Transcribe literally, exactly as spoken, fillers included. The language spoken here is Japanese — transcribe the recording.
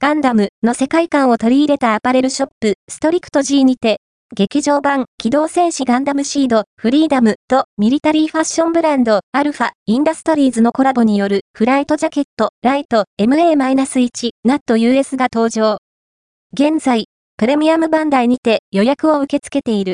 ガンダムの世界観を取り入れたアパレルショップ、ストリクト G にて、劇場版、機動戦士ガンダムシード、フリーダムとミリタリーファッションブランド、アルファ、インダストリーズのコラボによるフライトジャケット、ライト、エムエーワン、ナット ユーエス が登場。現在、プレミアムバンダイにて予約を受け付けている。